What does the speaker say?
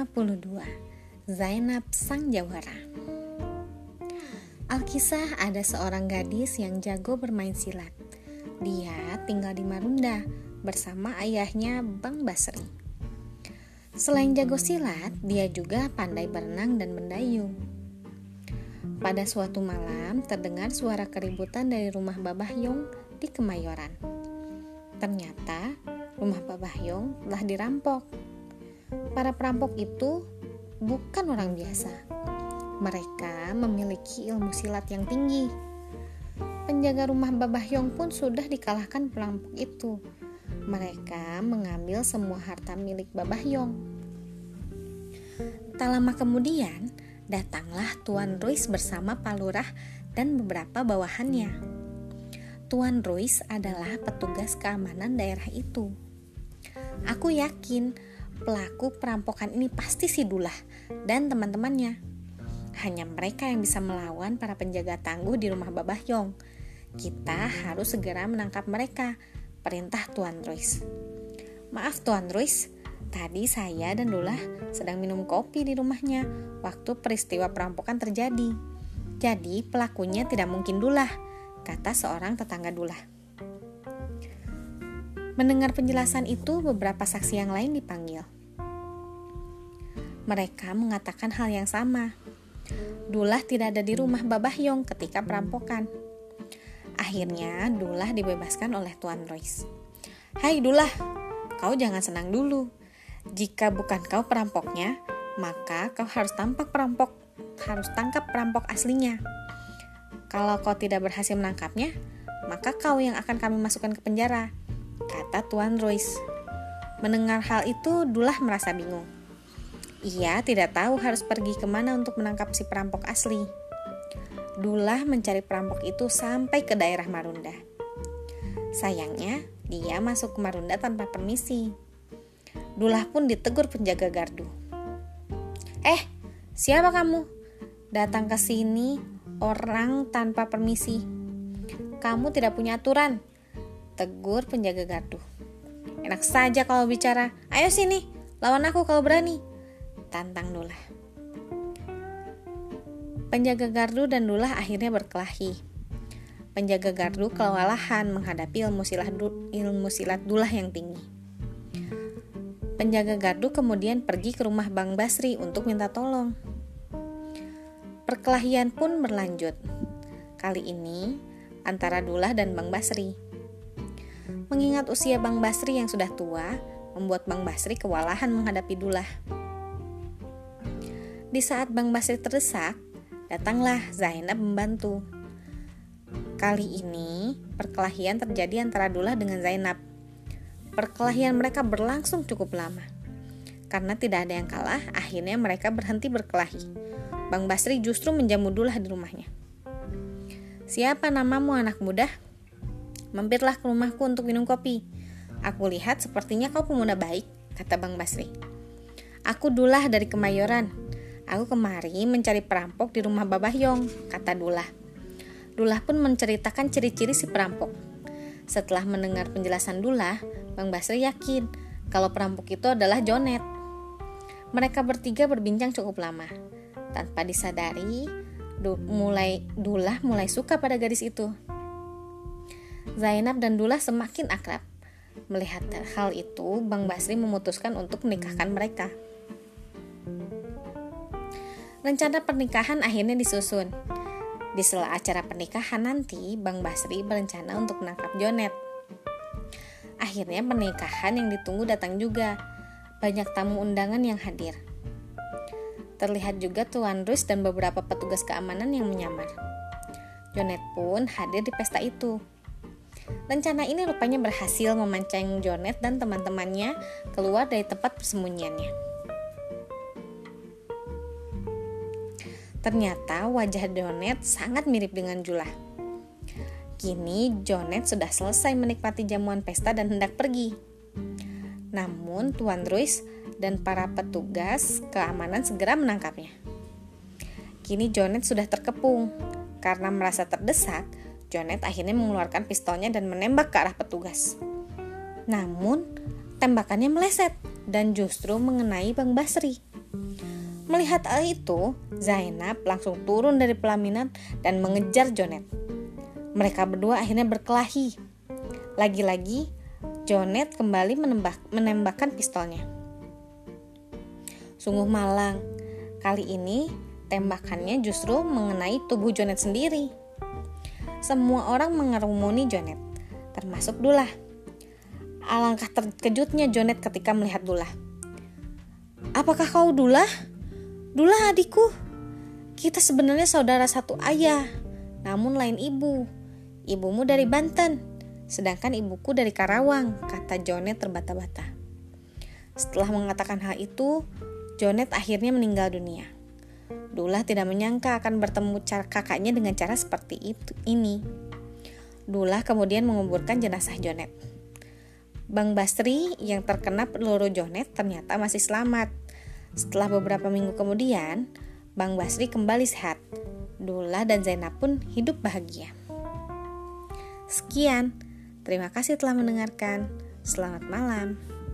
52. Zainab Sang Jawara. Alkisah ada seorang gadis yang jago bermain silat. Dia tinggal di Marunda bersama ayahnya Bang Basri. Selain jago silat, dia juga pandai berenang dan mendayung. Pada suatu malam terdengar suara keributan dari rumah Babahyong di Kemayoran. Ternyata rumah Babahyong telah dirampok. Para perampok itu bukan orang biasa. Mereka memiliki ilmu silat yang tinggi. Penjaga rumah Babahyong pun sudah dikalahkan perampok itu. Mereka mengambil semua harta milik Babahyong. Tak lama kemudian, datanglah Tuan Ruis bersama Pak Lurah dan beberapa bawahannya. Tuan Ruis adalah petugas keamanan daerah itu. Aku yakin pelaku perampokan ini pasti si Dullah dan teman-temannya. Hanya mereka yang bisa melawan para penjaga tangguh di rumah Babahyong. Kita harus segera menangkap mereka, perintah Tuan Ruis. Maaf Tuan Ruis, tadi saya dan Dullah sedang minum kopi di rumahnya waktu peristiwa perampokan terjadi. Jadi pelakunya tidak mungkin Dullah, kata seorang tetangga Dullah. Mendengar penjelasan itu, beberapa saksi yang lain dipanggil. Mereka mengatakan hal yang sama. Dullah tidak ada di rumah Babahyong ketika perampokan. Akhirnya Dullah dibebaskan oleh Tuan Ruis. Hai Dullah, kau jangan senang dulu. Jika bukan kau perampoknya, maka kau harus tangkap perampok aslinya. Kalau kau tidak berhasil menangkapnya, maka kau yang akan kami masukkan ke penjara, kata Tuan Ruis. Mendengar hal itu, Dullah merasa bingung. Ia tidak tahu harus pergi kemana untuk menangkap si perampok asli. Dullah mencari perampok itu sampai ke daerah Marunda. Sayangnya, dia masuk ke Marunda tanpa permisi. Dullah pun ditegur penjaga gardu. Siapa kamu? Datang ke sini orang tanpa permisi. Kamu tidak punya aturan, tegur penjaga gardu. Enak saja kalau bicara. Ayo sini, lawan aku kalau berani, tantang Dullah. Penjaga gardu dan Dullah akhirnya berkelahi. Penjaga gardu kewalahan menghadapi ilmu silat Dullah yang tinggi. Penjaga gardu kemudian pergi ke rumah Bang Basri untuk minta tolong. Perkelahian pun berlanjut. Kali ini antara Dullah dan Bang Basri. Mengingat usia Bang Basri yang sudah tua, membuat Bang Basri kewalahan menghadapi Dullah. Di saat Bang Basri terdesak, datanglah Zainab membantu. Kali ini perkelahian terjadi antara Dullah dengan Zainab. Perkelahian mereka berlangsung cukup lama. Karena tidak ada yang kalah, akhirnya mereka berhenti berkelahi. Bang Basri justru menjamu Dullah di rumahnya. Siapa namamu anak muda? Mampirlah ke rumahku untuk minum kopi. Aku lihat sepertinya kau pemuda baik, kata Bang Basri. Aku Dullah dari Kemayoran. Aku kemari mencari perampok di rumah Babahyong, kata Dullah. Dullah pun menceritakan ciri-ciri si perampok. Setelah mendengar penjelasan Dullah, Bang Basri yakin kalau perampok itu adalah Jonet. Mereka bertiga berbincang cukup lama. Tanpa disadari, Dullah mulai suka pada gadis itu. Zainab dan Dullah semakin akrab. Melihat hal itu, Bang Basri memutuskan untuk menikahkan mereka. Rencana pernikahan akhirnya disusun. Di sela acara pernikahan nanti, Bang Basri berencana untuk menangkap Jonet. Akhirnya pernikahan yang ditunggu datang juga. Banyak tamu undangan yang hadir. Terlihat juga Tuan Ruis dan beberapa petugas keamanan yang menyamar. Jonet pun hadir di pesta itu. Rencana ini rupanya berhasil memancing Jonet dan teman-temannya keluar dari tempat persembunyiannya. Ternyata wajah Jonet sangat mirip dengan Dullah. Kini Jonet sudah selesai menikmati jamuan pesta dan hendak pergi. Namun Tuan Ruis dan para petugas keamanan segera menangkapnya. Kini Jonet sudah terkepung. Karena merasa terdesak, Jonet akhirnya mengeluarkan pistolnya dan menembak ke arah petugas. Namun, tembakannya meleset dan justru mengenai Bang Basri. Melihat hal itu, Zainab langsung turun dari pelaminan dan mengejar Jonet. Mereka berdua akhirnya berkelahi. Lagi-lagi, Jonet kembali menembakkan pistolnya. Sungguh malang, kali ini tembakannya justru mengenai tubuh Jonet sendiri. Semua orang mengerumuni Jonet, termasuk Dullah. Alangkah terkejutnya Jonet ketika melihat Dullah. "Apakah kau Dullah?" "Dullah adikku. Kita sebenarnya saudara satu ayah, namun lain ibu. Ibumu dari Banten, sedangkan ibuku dari Karawang," kata Jonet terbata-bata. Setelah mengatakan hal itu, Jonet akhirnya meninggal dunia. Dullah tidak menyangka akan bertemu kakaknya dengan cara seperti ini. Dullah kemudian menguburkan jenazah Jonet. Bang Basri yang terkena peluru Jonet ternyata masih selamat. Setelah beberapa minggu kemudian, Bang Basri kembali sehat. Dullah dan Zainab pun hidup bahagia. Sekian, terima kasih telah mendengarkan. Selamat malam.